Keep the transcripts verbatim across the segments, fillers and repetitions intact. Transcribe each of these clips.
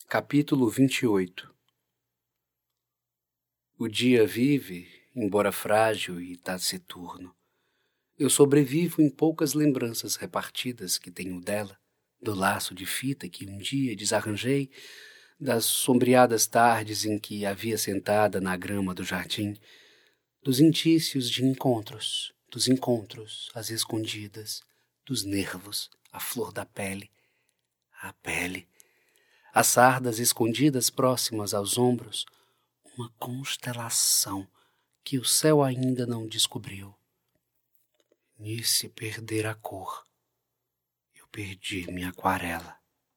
Capítulo vinte e oito. O dia vive, embora frágil e taciturno. Eu sobrevivo em poucas lembranças repartidas que tenho dela, do laço de fita que um dia desarranjei, das sombreadas tardes em que havia sentada na grama do jardim, dos indícios de encontros, dos encontros às escondidas, dos nervos, a flor da pele, a pele, as sardas escondidas próximas aos ombros, uma constelação que o céu ainda não descobriu. E se perder a cor, eu perdi minha aquarela.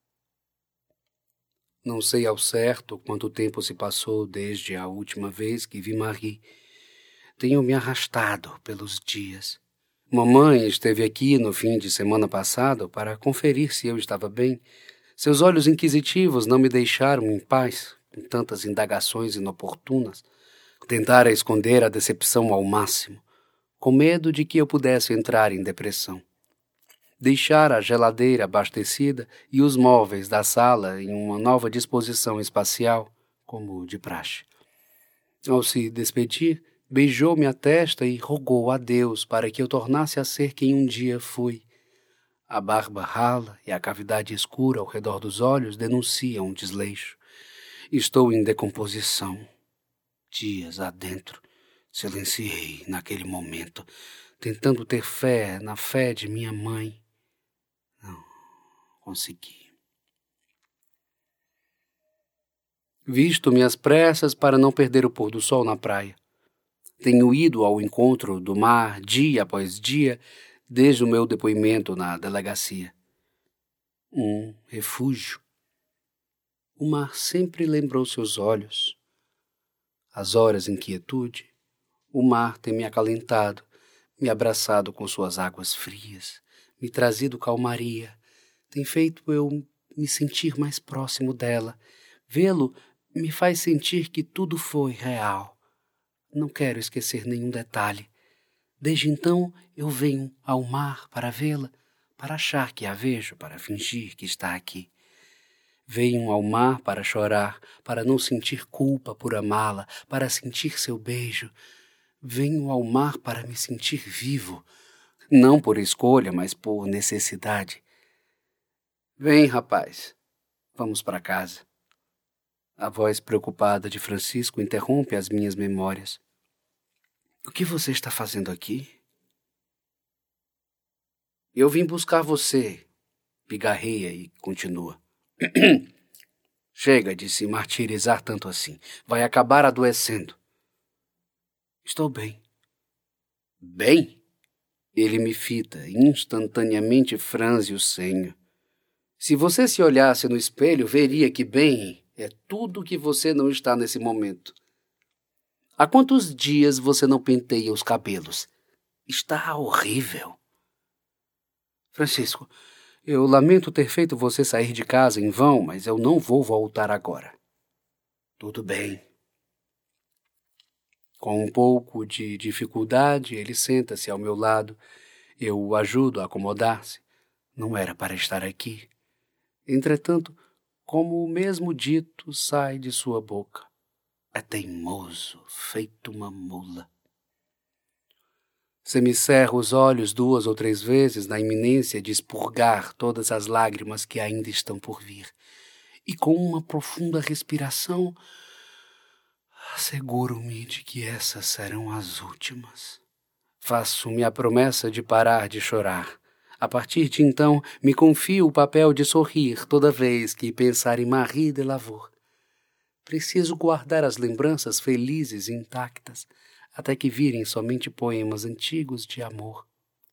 Não sei ao certo quanto tempo se passou desde a última vez que vi Marie. Tenho me arrastado pelos dias. Mamãe esteve aqui no fim de semana passado para conferir se eu estava bem. Seus olhos inquisitivos não me deixaram em paz, com tantas indagações inoportunas. Tentara esconder a decepção ao máximo, com medo de que eu pudesse entrar em depressão. Deixara a geladeira abastecida e os móveis da sala em uma nova disposição espacial, como de praxe. Ao se despedir, beijou-me a testa e rogou a Deus para que eu tornasse a ser quem um dia fui. A barba rala e a cavidade escura ao redor dos olhos denunciam um desleixo. Estou em decomposição. Dias adentro, silenciei naquele momento, tentando ter fé na fé de minha mãe. Não consegui. Visto-me às pressas para não perder o pôr do sol na praia. Tenho ido ao encontro do mar dia após dia, desde o meu depoimento na delegacia. Um refúgio. O mar sempre lembrou seus olhos. As horas em quietude, o mar tem me acalentado, me abraçado com suas águas frias, me trazido calmaria, tem feito eu me sentir mais próximo dela. Vê-lo me faz sentir que tudo foi real. Não quero esquecer nenhum detalhe. Desde então eu venho ao mar para vê-la, para achar que a vejo, para fingir que está aqui. Venho ao mar para chorar, para não sentir culpa por amá-la, para sentir seu beijo. Venho ao mar para me sentir vivo, não por escolha, mas por necessidade. Vem, rapaz, vamos para casa. A voz preocupada de Francisco interrompe as minhas memórias. O que você está fazendo aqui? Eu vim buscar você, pigarreia e continua. Chega de se martirizar tanto assim. Vai acabar adoecendo. Estou bem. Bem? Ele me fita, instantaneamente franze o senho. Se você se olhasse no espelho, veria que bem é tudo que você não está nesse momento. Há quantos dias você não penteia os cabelos? Está horrível. Francisco, eu lamento ter feito você sair de casa em vão, mas eu não vou voltar agora. Tudo bem. Com um pouco de dificuldade, ele senta-se ao meu lado. Eu o ajudo a acomodar-se. Não era para estar aqui. Entretanto, como o mesmo dito sai de sua boca. É teimoso, feito uma mula. Semicerra os olhos duas ou três vezes na iminência de expurgar todas as lágrimas que ainda estão por vir. E com uma profunda respiração, asseguro-me de que essas serão as últimas. Faço-me a promessa de parar de chorar. A partir de então, me confio o papel de sorrir toda vez que pensar em Marie de Lavour. Preciso guardar as lembranças felizes e intactas, até que virem somente poemas antigos de amor.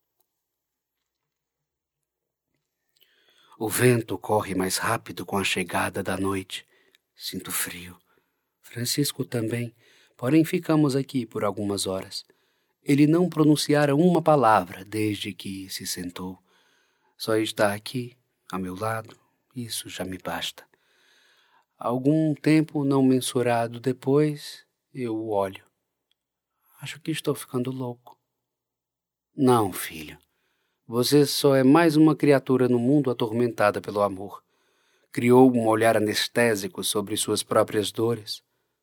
O vento corre mais rápido com a chegada da noite. Sinto frio. Francisco também, porém ficamos aqui por algumas horas. Ele não pronunciara uma palavra desde que se sentou. Só está aqui, a meu lado, isso já me basta. Algum tempo não mensurado depois, eu o olho. Acho que estou ficando louco. Não, filho. Você só é mais uma criatura no mundo atormentada pelo amor. Criou um olhar anestésico sobre suas próprias dores.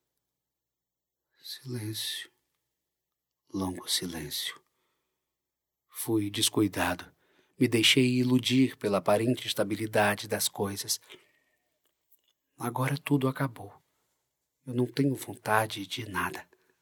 Silêncio. Longo silêncio. Fui descuidado. Me deixei iludir pela aparente estabilidade das coisas. Agora tudo acabou. Eu não tenho vontade de nada.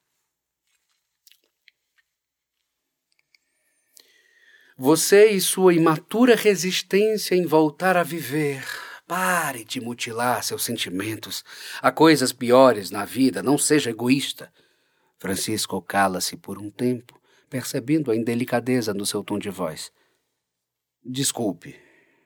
Você e sua imatura resistência em voltar a viver. Pare de mutilar seus sentimentos. Há coisas piores na vida, não seja egoísta. Francisco cala-se por um tempo, percebendo a indelicadeza no seu tom de voz. Desculpe.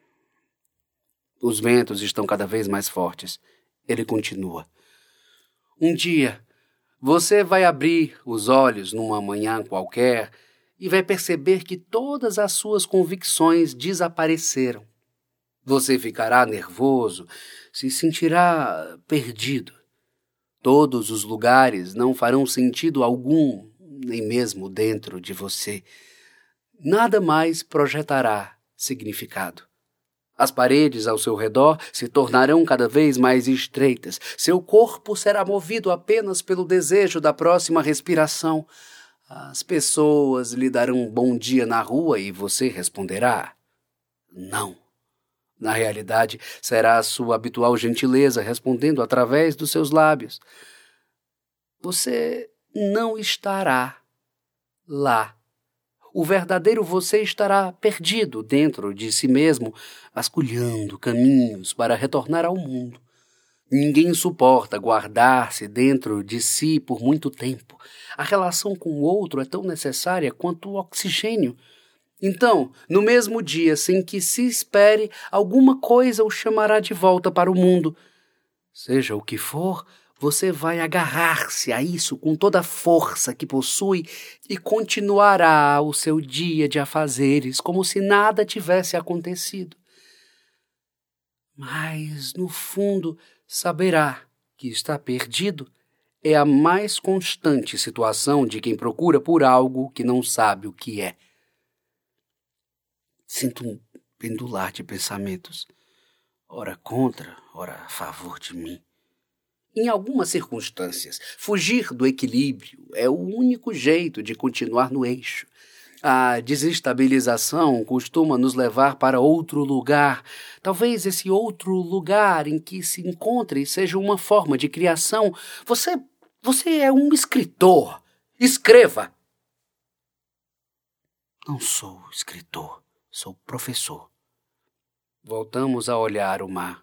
Os ventos estão cada vez mais fortes. Ele continua. Um dia, você vai abrir os olhos numa manhã qualquer e vai perceber que todas as suas convicções desapareceram. Você ficará nervoso, se sentirá perdido. Todos os lugares não farão sentido algum, nem mesmo dentro de você. Nada mais projetará significado. As paredes ao seu redor se tornarão cada vez mais estreitas. Seu corpo será movido apenas pelo desejo da próxima respiração. As pessoas lhe darão um bom dia na rua e você responderá: não. Na realidade, será a sua habitual gentileza respondendo através dos seus lábios. Você não estará lá. O verdadeiro você estará perdido dentro de si mesmo, vasculhando caminhos para retornar ao mundo. Ninguém suporta guardar-se dentro de si por muito tempo. A relação com o outro é tão necessária quanto o oxigênio. Então, no mesmo dia sem que se espere, alguma coisa o chamará de volta para o mundo. Seja o que for, você vai agarrar-se a isso com toda a força que possui e continuará o seu dia de afazeres como se nada tivesse acontecido. Mas, no fundo, saberá que está perdido é a mais constante situação de quem procura por algo que não sabe o que é. Sinto um pendular de pensamentos, ora contra, ora a favor de mim. Em algumas circunstâncias, fugir do equilíbrio é o único jeito de continuar no eixo. A desestabilização costuma nos levar para outro lugar. Talvez esse outro lugar em que se encontre seja uma forma de criação. Você, você é um escritor. Escreva! Não sou escritor. Sou professor. Voltamos a olhar o mar.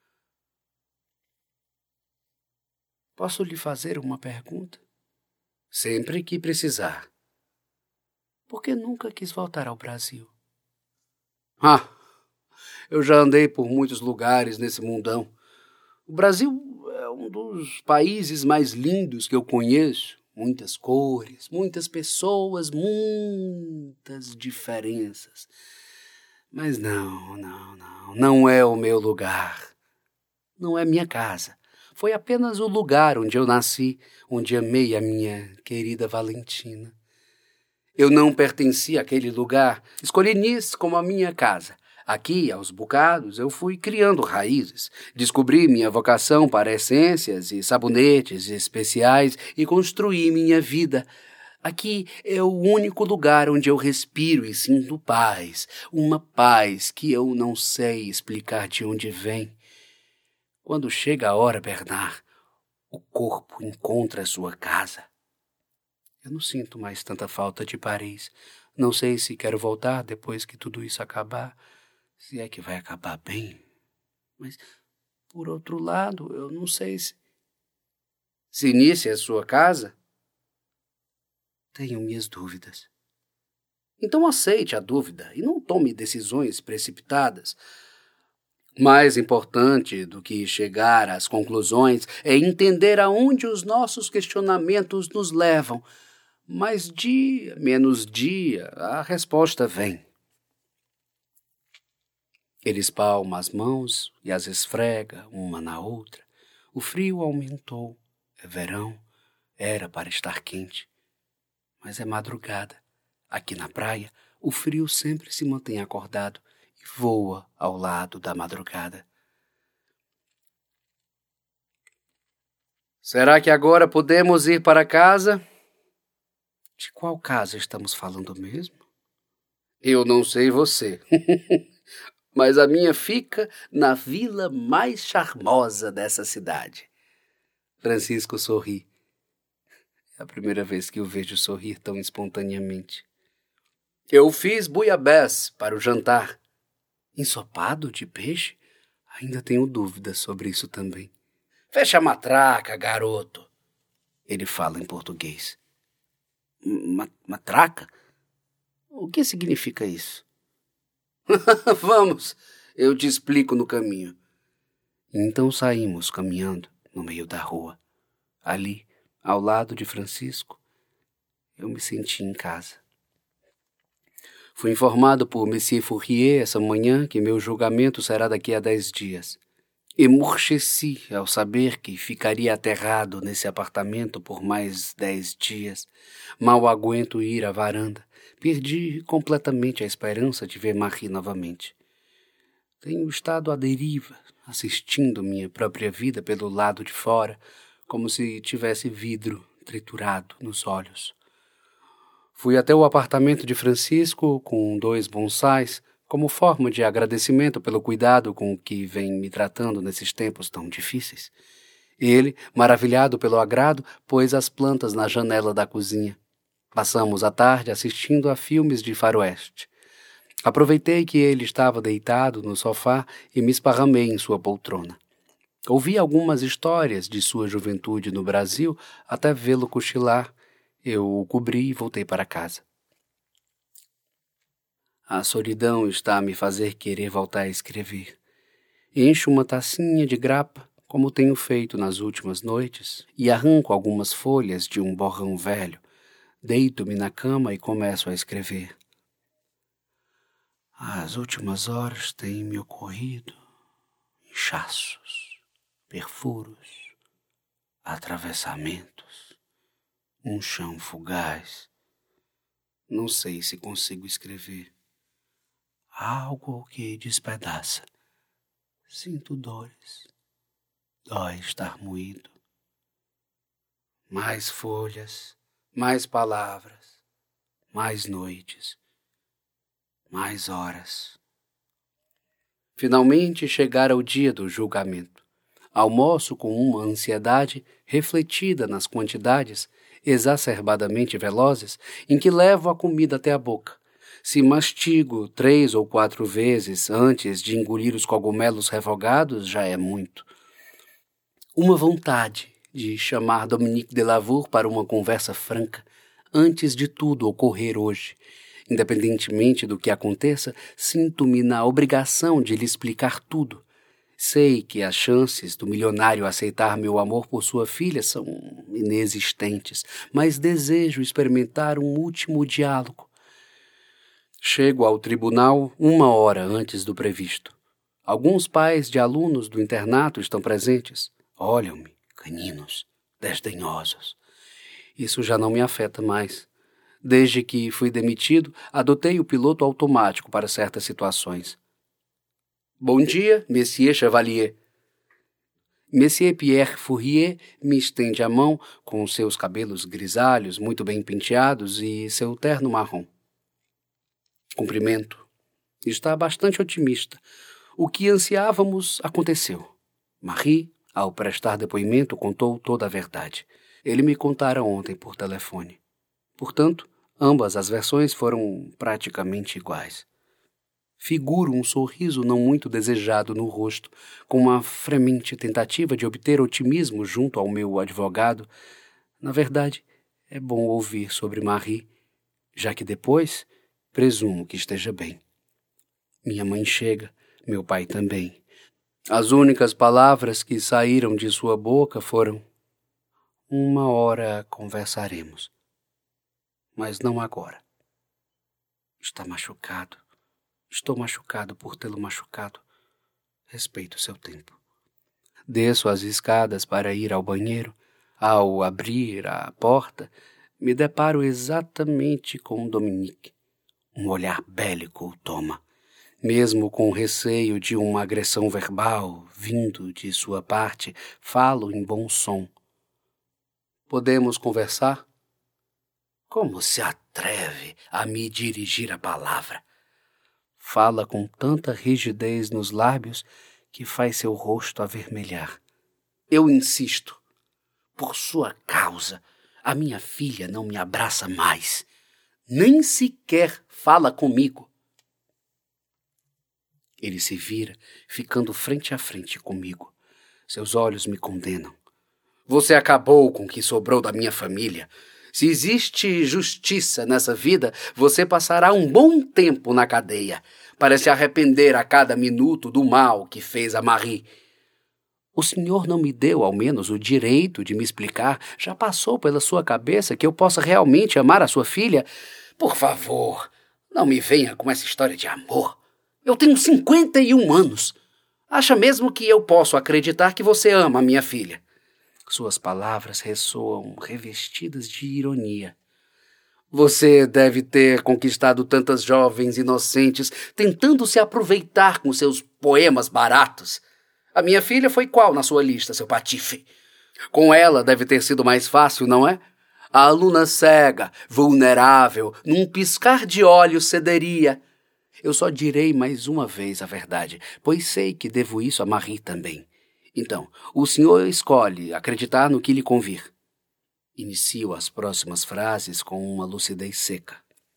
Posso lhe fazer uma pergunta? Sempre que precisar. Por que nunca quis voltar ao Brasil? Ah, eu já andei por muitos lugares nesse mundão. O Brasil é um dos países mais lindos que eu conheço. Muitas cores, muitas pessoas, muitas diferenças. Mas não, não, não, não é o meu lugar. Não é minha casa. Foi apenas o lugar onde eu nasci, onde amei a minha querida Valentina. Eu não pertenci àquele lugar. Escolhi Nice como a minha casa. Aqui, aos bocados, eu fui criando raízes. Descobri minha vocação para essências e sabonetes especiais e construí minha vida. Aqui é o único lugar onde eu respiro e sinto paz. Uma paz que eu não sei explicar de onde vem. Quando chega a hora, Bernard, o corpo encontra a sua casa. Eu não sinto mais tanta falta de Paris. Não sei se quero voltar depois que tudo isso acabar. Se é que vai acabar bem. Mas, por outro lado, eu não sei se... Se Nice é a sua casa? Tenho minhas dúvidas. Então aceite a dúvida e não tome decisões precipitadas. Mais importante do que chegar às conclusões é entender aonde os nossos questionamentos nos levam. Mas dia, menos dia, a resposta vem. Ele espalma as mãos e as esfrega uma na outra. O frio aumentou. É verão. Era para estar quente. Mas é madrugada. Aqui na praia, o frio sempre se mantém acordado e voa ao lado da madrugada. Será que agora podemos ir para casa? De qual casa estamos falando mesmo? Eu não sei você, mas a minha fica na vila mais charmosa dessa cidade. Francisco sorri. É a primeira vez que o vejo sorrir tão espontaneamente. Eu fiz buiabés para o jantar. Ensopado de peixe? Ainda tenho dúvidas sobre isso também. Fecha a matraca, garoto. Ele fala em português. Ma- matraca? O que significa isso? Vamos, eu te explico no caminho. Então saímos caminhando no meio da rua. Ali, ao lado de Francisco, eu me senti em casa. Fui informado por Monsieur Fourier essa manhã que meu julgamento será daqui a dez dias. Emurcheci ao saber que ficaria aterrado nesse apartamento por mais dez dias. Mal aguento ir à varanda. Perdi completamente a esperança de ver Marie novamente. Tenho estado à deriva, assistindo minha própria vida pelo lado de fora, como se tivesse vidro triturado nos olhos. Fui até o apartamento de Francisco com dois bonsais, como forma de agradecimento pelo cuidado com que vem me tratando nesses tempos tão difíceis. Ele, maravilhado pelo agrado, pôs as plantas na janela da cozinha. Passamos a tarde assistindo a filmes de faroeste. Aproveitei que ele estava deitado no sofá e me esparramei em sua poltrona. Ouvi algumas histórias de sua juventude no Brasil até vê-lo cochilar. Eu o cobri e voltei para casa. A solidão está a me fazer querer voltar a escrever. Encho uma tacinha de grapa, como tenho feito nas últimas noites, e arranco algumas folhas de um borrão velho. Deito-me na cama e começo a escrever. As últimas horas têm me ocorrido inchaços, perfuros, atravessamentos, um chão fugaz. Não sei se consigo escrever. Algo que despedaça. Sinto dores. Dói estar moído. Mais folhas, mais palavras, mais noites, mais horas. Finalmente chegara o dia do julgamento. Almoço com uma ansiedade refletida nas quantidades exacerbadamente velozes em que levo a comida até a boca. Se mastigo três ou quatro vezes antes de engolir os cogumelos refogados, já é muito. Uma vontade de chamar Dominique de Lavour para uma conversa franca, antes de tudo ocorrer hoje. Independentemente do que aconteça, sinto-me na obrigação de lhe explicar tudo. Sei que as chances do milionário aceitar meu amor por sua filha são inexistentes, mas desejo experimentar um último diálogo. Chego ao tribunal uma hora antes do previsto. Alguns pais de alunos do internato estão presentes. Olham-me, caninos, desdenhosos. Isso já não me afeta mais. Desde que fui demitido, adotei o piloto automático para certas situações. Bom dia, Monsieur Chevalier. Monsieur Pierre Fourier me estende a mão com seus cabelos grisalhos, muito bem penteados, e seu terno marrom. Cumprimento. Está bastante otimista. O que ansiávamos aconteceu. Marie, ao prestar depoimento, contou toda a verdade. Ele me contara ontem por telefone. Portanto, ambas as versões foram praticamente iguais. Figuro um sorriso não muito desejado no rosto, com uma fremente tentativa de obter otimismo junto ao meu advogado. Na verdade, é bom ouvir sobre Marie, já que depois presumo que esteja bem. Minha mãe chega, meu pai também. As únicas palavras que saíram de sua boca foram: uma hora conversaremos, mas não agora. Está machucado. Estou machucado por tê-lo machucado. Respeito seu tempo. Desço as escadas para ir ao banheiro. Ao abrir a porta, me deparo exatamente com Dominique. Um olhar bélico o toma. Mesmo com receio de uma agressão verbal vindo de sua parte, falo em bom som. Podemos conversar? Como se atreve a me dirigir a palavra? Fala com tanta rigidez nos lábios que faz seu rosto avermelhar. Eu insisto. Por sua causa, a minha filha não me abraça mais. Nem sequer fala comigo. Ele se vira, ficando frente a frente comigo. Seus olhos me condenam. Você acabou com o que sobrou da minha família. Se existe justiça nessa vida, você passará um bom tempo na cadeia para se arrepender a cada minuto do mal que fez a Marie. O senhor não me deu, ao menos, o direito de me explicar. Já passou pela sua cabeça que eu possa realmente amar a sua filha? Por favor, não me venha com essa história de amor. Eu tenho cinquenta e um anos. Acha mesmo que eu posso acreditar que você ama a minha filha? Suas palavras ressoam revestidas de ironia. Você deve ter conquistado tantas jovens inocentes tentando se aproveitar com seus poemas baratos. A minha filha foi qual na sua lista, seu patife? Com ela deve ter sido mais fácil, não é? A aluna cega, vulnerável, num piscar de olhos cederia. Eu só direi mais uma vez a verdade, pois sei que devo isso a Marie também. Então, o senhor escolhe acreditar no que lhe convir. Inicio as próximas frases com uma lucidez seca.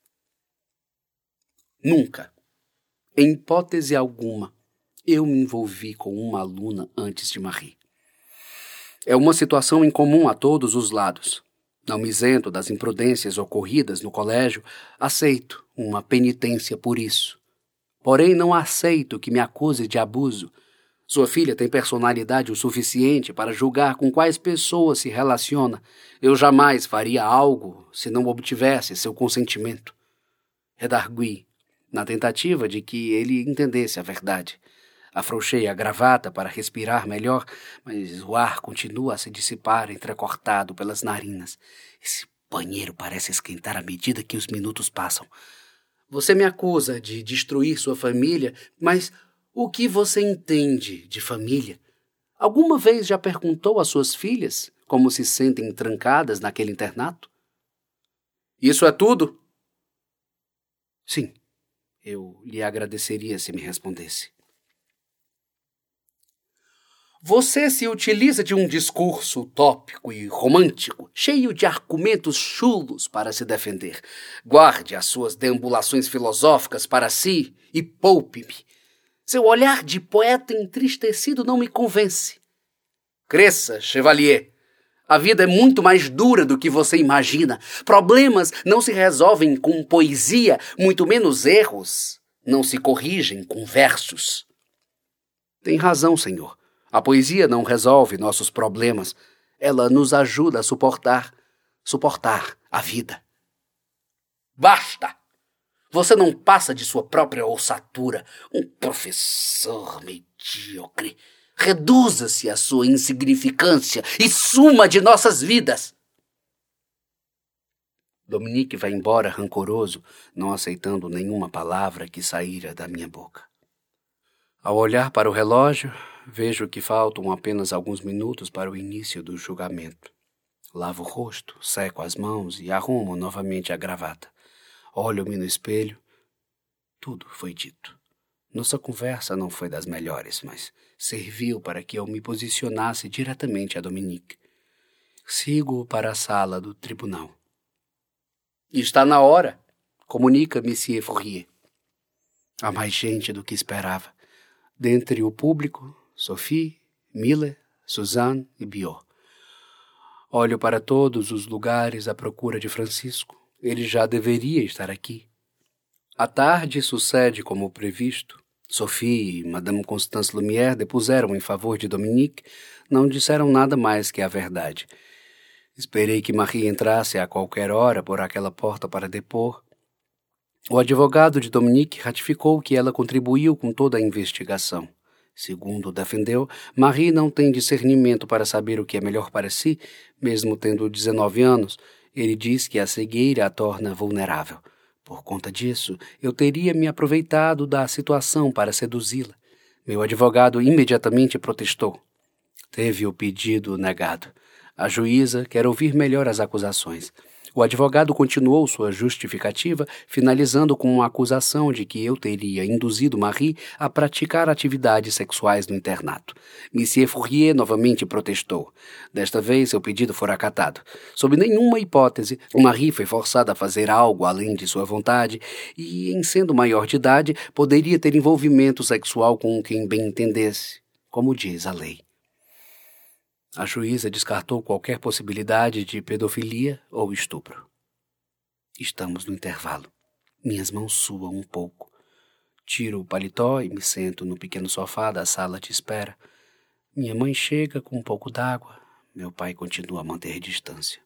Nunca, em hipótese alguma, eu me envolvi com uma aluna antes de Marie. É uma situação incomum a todos os lados. Não me isento das imprudências ocorridas no colégio, aceito uma penitência por isso. Porém, não aceito que me acuse de abuso. Sua filha tem personalidade o suficiente para julgar com quais pessoas se relaciona. Eu jamais faria algo se não obtivesse seu consentimento. Redargui, na tentativa de que ele entendesse a verdade. Afrouxei a gravata para respirar melhor, mas o ar continua a se dissipar entrecortado pelas narinas. Esse banheiro parece esquentar à medida que os minutos passam. Você me acusa de destruir sua família, mas o que você entende de família? Alguma vez já perguntou às suas filhas como se sentem trancadas naquele internato? Isso é tudo? Sim, eu lhe agradeceria se me respondesse. Você se utiliza de um discurso utópico e romântico, cheio de argumentos chulos para se defender. Guarde as suas deambulações filosóficas para si e poupe-me. Seu olhar de poeta entristecido não me convence. Cresça, chevalier. A vida é muito mais dura do que você imagina. Problemas não se resolvem com poesia, muito menos erros não se corrigem com versos. Tem razão, senhor. A poesia não resolve nossos problemas. Ela nos ajuda a suportar, suportar a vida. Basta! Você não passa de sua própria ossatura, um professor medíocre. Reduza-se à sua insignificância e suma de nossas vidas. Dominique vai embora rancoroso, não aceitando nenhuma palavra que saíra da minha boca. Ao olhar para o relógio, vejo que faltam apenas alguns minutos para o início do julgamento. Lavo o rosto, seco as mãos e arrumo novamente a gravata. Olho-me no espelho. Tudo foi dito. Nossa conversa não foi das melhores, mas serviu para que eu me posicionasse diretamente a Dominique. Sigo para a sala do tribunal. Está na hora, comunica Monsieur Fourier. Há mais gente do que esperava. Dentre o público, Sophie, Miller, Suzanne e Biot. Olho para todos os lugares à procura de Francisco. Ele já deveria estar aqui. A tarde sucede como previsto. Sophie e Madame Constance Lumière depuseram em favor de Dominique. Não disseram nada mais que a verdade. Esperei que Marie entrasse a qualquer hora por aquela porta para depor. O advogado de Dominique ratificou que ela contribuiu com toda a investigação. Segundo defendeu, Marie não tem discernimento para saber o que é melhor para si, mesmo tendo dezenove anos. Ele diz que a cegueira a torna vulnerável. Por conta disso, eu teria me aproveitado da situação para seduzi-la. Meu advogado imediatamente protestou. Teve o pedido negado. A juíza quer ouvir melhor as acusações. O advogado continuou sua justificativa, finalizando com uma acusação de que eu teria induzido Marie a praticar atividades sexuais no internato. Monsieur Fourier novamente protestou. Desta vez, seu pedido fora acatado. Sob nenhuma hipótese, Marie foi forçada a fazer algo além de sua vontade e, em sendo maior de idade, poderia ter envolvimento sexual com quem bem entendesse, como diz a lei. A juíza descartou qualquer possibilidade de pedofilia ou estupro. Estamos no intervalo. Minhas mãos suam um pouco. Tiro o paletó e me sento no pequeno sofá da sala de espera. Minha mãe chega com um pouco d'água. Meu pai continua a manter distância.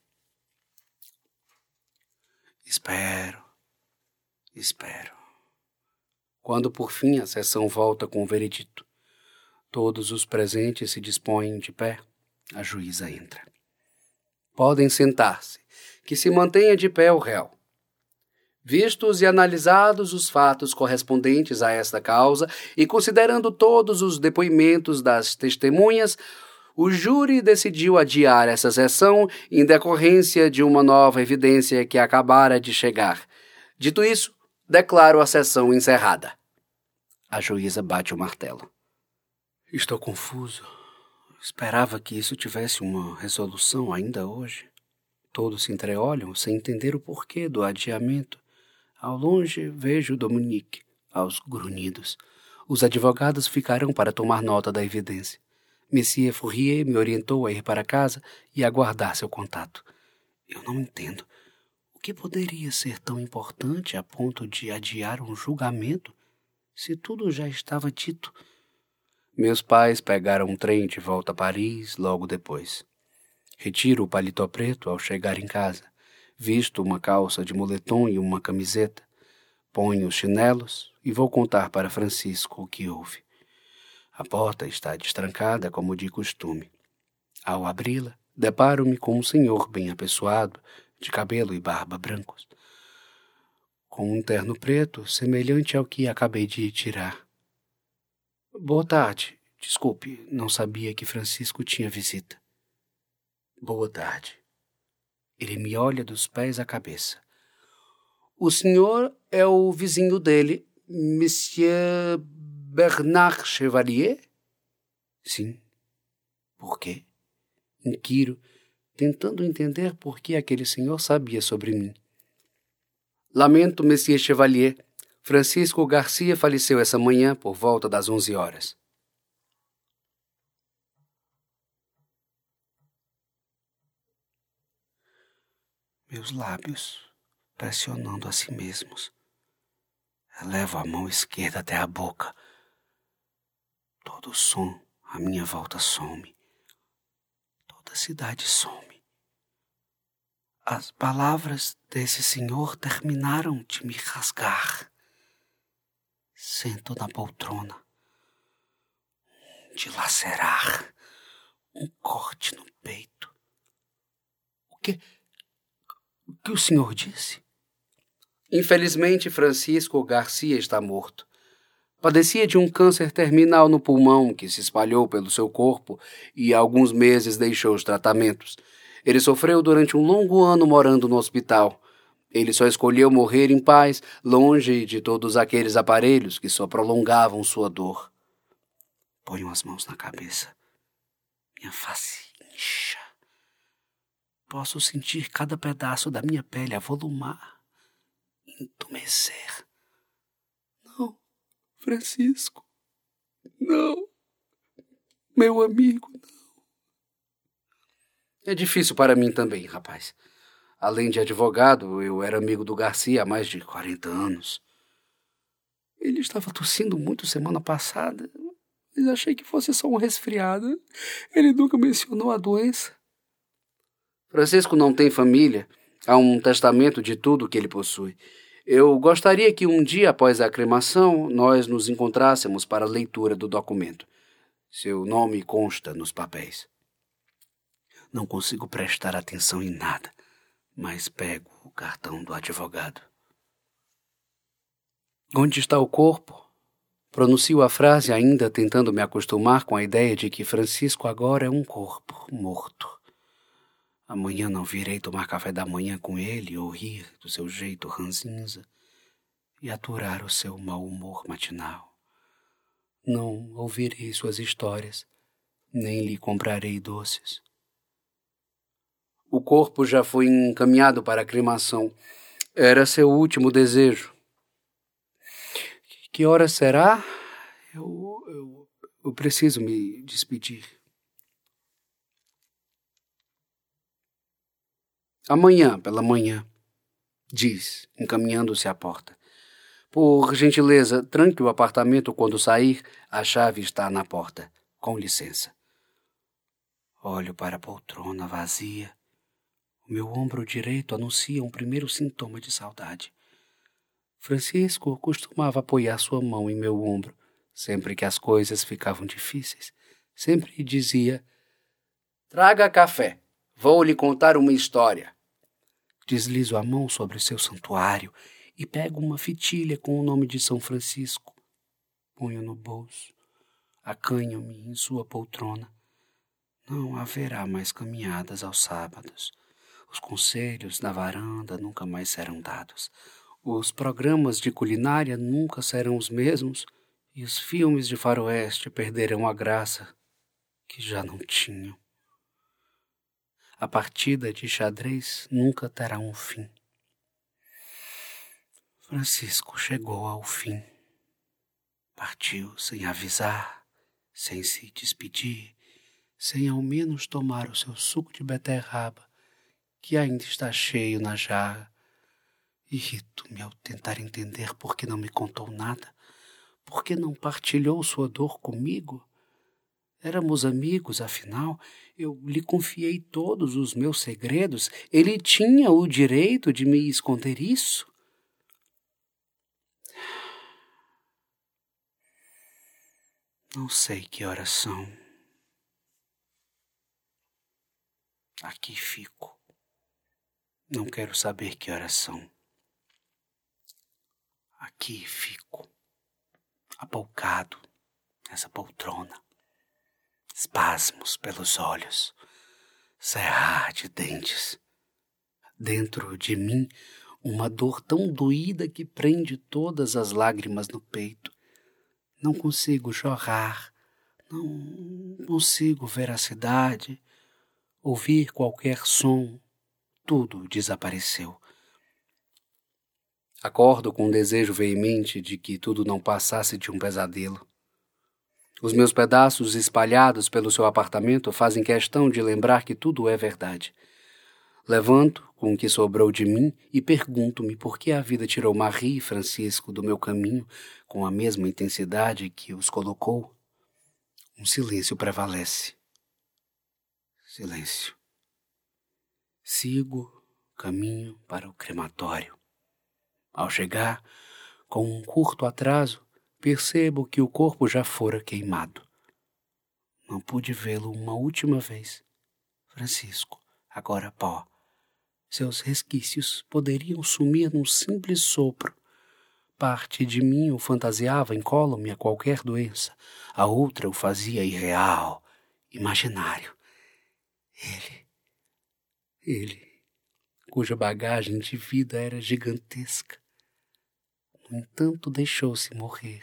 Espero. Espero. Quando por fim a sessão volta com o veredito, todos os presentes se dispõem de pé. A juíza entra. Podem sentar-se, que se mantenha de pé o réu. Vistos e analisados os fatos correspondentes a esta causa e considerando todos os depoimentos das testemunhas, o júri decidiu adiar essa sessão em decorrência de uma nova evidência que acabara de chegar. Dito isso, declaro a sessão encerrada. A juíza bate o martelo. Estou confuso. Esperava que isso tivesse uma resolução ainda hoje. Todos se entreolham sem entender o porquê do adiamento. Ao longe vejo Dominique, aos grunhidos. Os advogados ficarão para tomar nota da evidência. Monsieur Fourier me orientou a ir para casa e aguardar seu contato. Eu não entendo. O que poderia ser tão importante a ponto de adiar um julgamento, se tudo já estava dito? Meus pais pegaram um trem de volta a Paris logo depois. Retiro o paletó preto ao chegar em casa. Visto uma calça de moletom e uma camiseta. Ponho os chinelos e vou contar para Francisco o que houve. A porta está destrancada como de costume. Ao abri-la, deparo-me com um senhor bem apessoado, de cabelo e barba brancos, com um terno preto semelhante ao que acabei de tirar. Boa tarde. Desculpe, não sabia que Francisco tinha visita. Boa tarde. Ele me olha dos pés à cabeça. O senhor é o vizinho dele, Monsieur Bernard Chevalier? Sim. Por quê? Inquiro, tentando entender por que aquele senhor sabia sobre mim. Lamento, Monsieur Chevalier. Francisco Garcia faleceu essa manhã por volta das onze horas. Meus lábios pressionando a si mesmos. Elevo a mão esquerda até a boca. Todo o som à minha volta some. Toda a cidade some. As palavras desse senhor terminaram de me rasgar. Sento na poltrona. Dilacerar. Um corte no peito. O que... O que o senhor disse? Infelizmente, Francisco Garcia está morto. Padecia de um câncer terminal no pulmão que se espalhou pelo seu corpo e há alguns meses deixou os tratamentos. Ele sofreu durante um longo ano morando no hospital. Ele só escolheu morrer em paz, longe de todos aqueles aparelhos que só prolongavam sua dor. Ponho as mãos na cabeça. Minha face incha. Posso sentir cada pedaço da minha pele avolumar, entumecer. Não, Francisco. Não. Meu amigo, não. É difícil para mim também, rapaz. Além de advogado, eu era amigo do Garcia há mais de quarenta anos. Ele estava tossindo muito semana passada, mas achei que fosse só um resfriado. Ele nunca mencionou a doença. Francisco não tem família. Há um testamento de tudo que ele possui. Eu gostaria que um dia após a cremação nós nos encontrássemos para a leitura do documento. Seu nome consta nos papéis. Não consigo prestar atenção em nada, mas pego o cartão do advogado. Onde está o corpo? Pronuncio a frase ainda tentando me acostumar com a ideia de que Francisco agora é um corpo morto. Amanhã não virei tomar café da manhã com ele ou rir do seu jeito ranzinza e aturar o seu mau humor matinal. Não ouvirei suas histórias, nem lhe comprarei doces. O corpo já foi encaminhado para a cremação. Era seu último desejo. Que hora será? Eu, eu, eu preciso me despedir. Amanhã, pela manhã, diz, encaminhando-se à porta. Por gentileza, tranque o apartamento quando sair. A chave está na porta. Com licença. Olho para a poltrona vazia. O meu ombro direito anuncia um primeiro sintoma de saudade. Francisco costumava apoiar sua mão em meu ombro, sempre que as coisas ficavam difíceis. Sempre dizia: traga café, vou lhe contar uma história. Deslizo a mão sobre seu santuário e pego uma fitilha com o nome de São Francisco. Ponho no bolso, acanho-me em sua poltrona. Não haverá mais caminhadas aos sábados. Os conselhos na varanda nunca mais serão dados. Os programas de culinária nunca serão os mesmos e os filmes de faroeste perderão a graça que já não tinham. A partida de xadrez nunca terá um fim. Francisco chegou ao fim. Partiu sem avisar, sem se despedir, sem ao menos tomar o seu suco de beterraba, que ainda está cheio na jarra. Irrito-me ao tentar entender por que não me contou nada, por que não partilhou sua dor comigo. Éramos amigos, afinal, eu lhe confiei todos os meus segredos, ele tinha o direito de me esconder isso. Não sei que horas são. Aqui fico. Não quero saber que horas são. Aqui fico, apalcado nessa poltrona. Espasmos pelos olhos, cerrar de dentes. Dentro de mim, uma dor tão doída que prende todas as lágrimas no peito. Não consigo chorar, não consigo ver a cidade, ouvir qualquer som. Tudo desapareceu. Acordo com um desejo veemente de que tudo não passasse de um pesadelo. Os meus pedaços espalhados pelo seu apartamento fazem questão de lembrar que tudo é verdade. Levanto com o que sobrou de mim e pergunto-me por que a vida tirou Marie e Francisco do meu caminho com a mesma intensidade que os colocou. Um silêncio prevalece. Silêncio. Sigo caminho para o crematório. Ao chegar, com um curto atraso, percebo que o corpo já fora queimado. Não pude vê-lo uma última vez. Francisco, agora pó. Seus resquícios poderiam sumir num simples sopro. Parte de mim o fantasiava incólume a qualquer doença. A outra o fazia irreal, imaginário. Ele, ele, cuja bagagem de vida era gigantesca. No entanto, deixou-se morrer.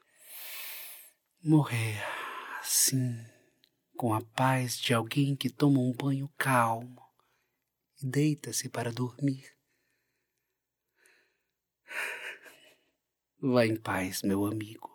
Morrer assim, com a paz de alguém que toma um banho calmo e deita-se para dormir. Vá em paz, meu amigo.